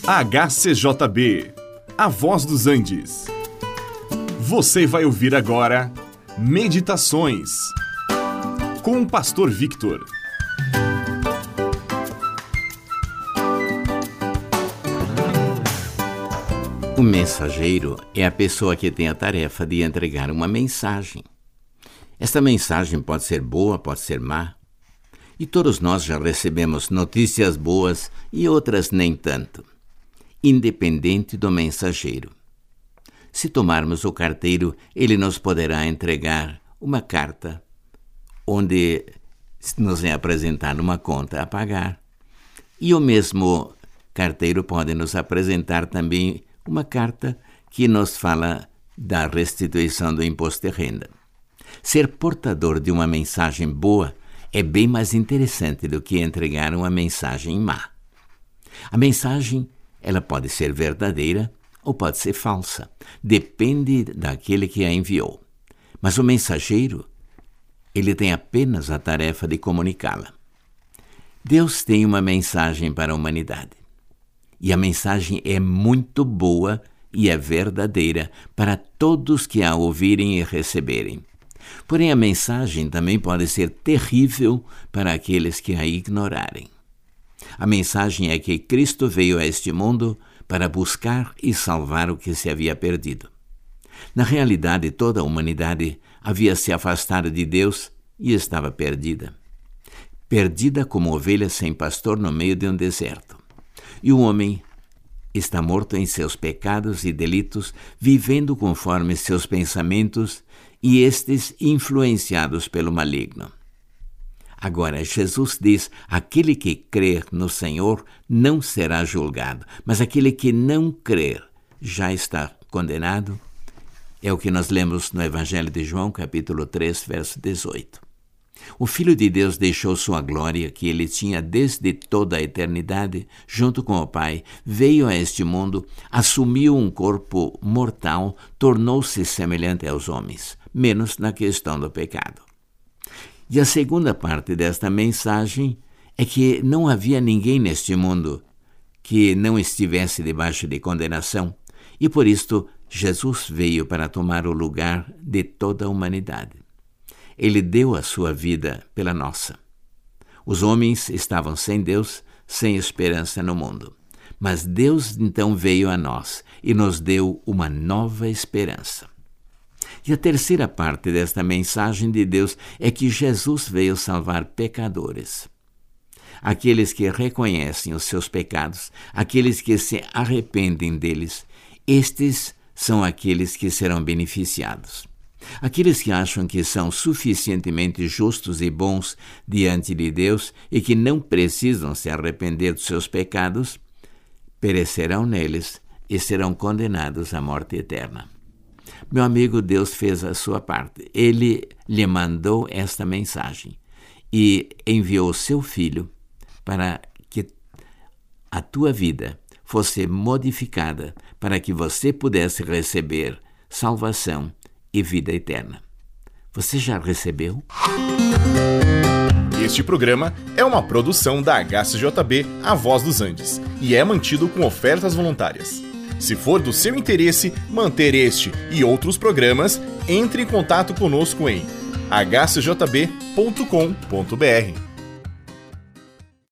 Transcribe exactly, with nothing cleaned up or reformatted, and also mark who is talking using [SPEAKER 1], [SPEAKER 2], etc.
[SPEAKER 1] H C J B, A Voz dos Andes. Você vai ouvir agora Meditações com o Pastor Victor.
[SPEAKER 2] O mensageiro é a pessoa que tem a tarefa de entregar uma mensagem. Esta mensagem pode ser boa, pode ser má. E todos nós já recebemos notícias boas e outras nem tanto, independente do mensageiro. Se tomarmos o carteiro, ele nos poderá entregar uma carta onde nos é apresentada uma conta a pagar. E o mesmo carteiro pode nos apresentar também uma carta que nos fala da restituição do imposto de renda. Ser portador de uma mensagem boa é bem mais interessante do que entregar uma mensagem má. A mensagem, ela pode ser verdadeira ou pode ser falsa. Depende daquele que a enviou. Mas o mensageiro, ele tem apenas a tarefa de comunicá-la. Deus tem uma mensagem para a humanidade. E a mensagem é muito boa e é verdadeira para todos que a ouvirem e receberem. Porém, a mensagem também pode ser terrível para aqueles que a ignorarem. A mensagem é que Cristo veio a este mundo para buscar e salvar o que se havia perdido. Na realidade, toda a humanidade havia se afastado de Deus e estava perdida. Perdida como ovelha sem pastor no meio de um deserto. E o homem está morto em seus pecados e delitos, vivendo conforme seus pensamentos e estes influenciados pelo maligno. Agora, Jesus diz, aquele que crer no Senhor não será julgado, mas aquele que não crer já está condenado. É o que nós lemos no Evangelho de João, capítulo três, verso dezoito. O Filho de Deus deixou sua glória, que ele tinha desde toda a eternidade, junto com o Pai, veio a este mundo, assumiu um corpo mortal, tornou-se semelhante aos homens, menos na questão do pecado. E a segunda parte desta mensagem é que não havia ninguém neste mundo que não estivesse debaixo de condenação, e por isto Jesus veio para tomar o lugar de toda a humanidade. Ele deu a sua vida pela nossa. Os homens estavam sem Deus, sem esperança no mundo. Mas Deus então veio a nós e nos deu uma nova esperança. E a terceira parte desta mensagem de Deus é que Jesus veio salvar pecadores. Aqueles que reconhecem os seus pecados, aqueles que se arrependem deles, estes são aqueles que serão beneficiados. Aqueles que acham que são suficientemente justos e bons diante de Deus e que não precisam se arrepender dos seus pecados, perecerão neles e serão condenados à morte eterna. Meu amigo, Deus fez a sua parte. Ele lhe mandou esta mensagem e enviou o seu Filho para que a tua vida fosse modificada, para que você pudesse receber salvação e vida eterna. Você já recebeu?
[SPEAKER 1] Este programa é uma produção da H C J B, A Voz dos Andes, e é mantido com ofertas voluntárias. Se for do seu interesse manter este e outros programas, entre em contato conosco em h c j b ponto com ponto b r.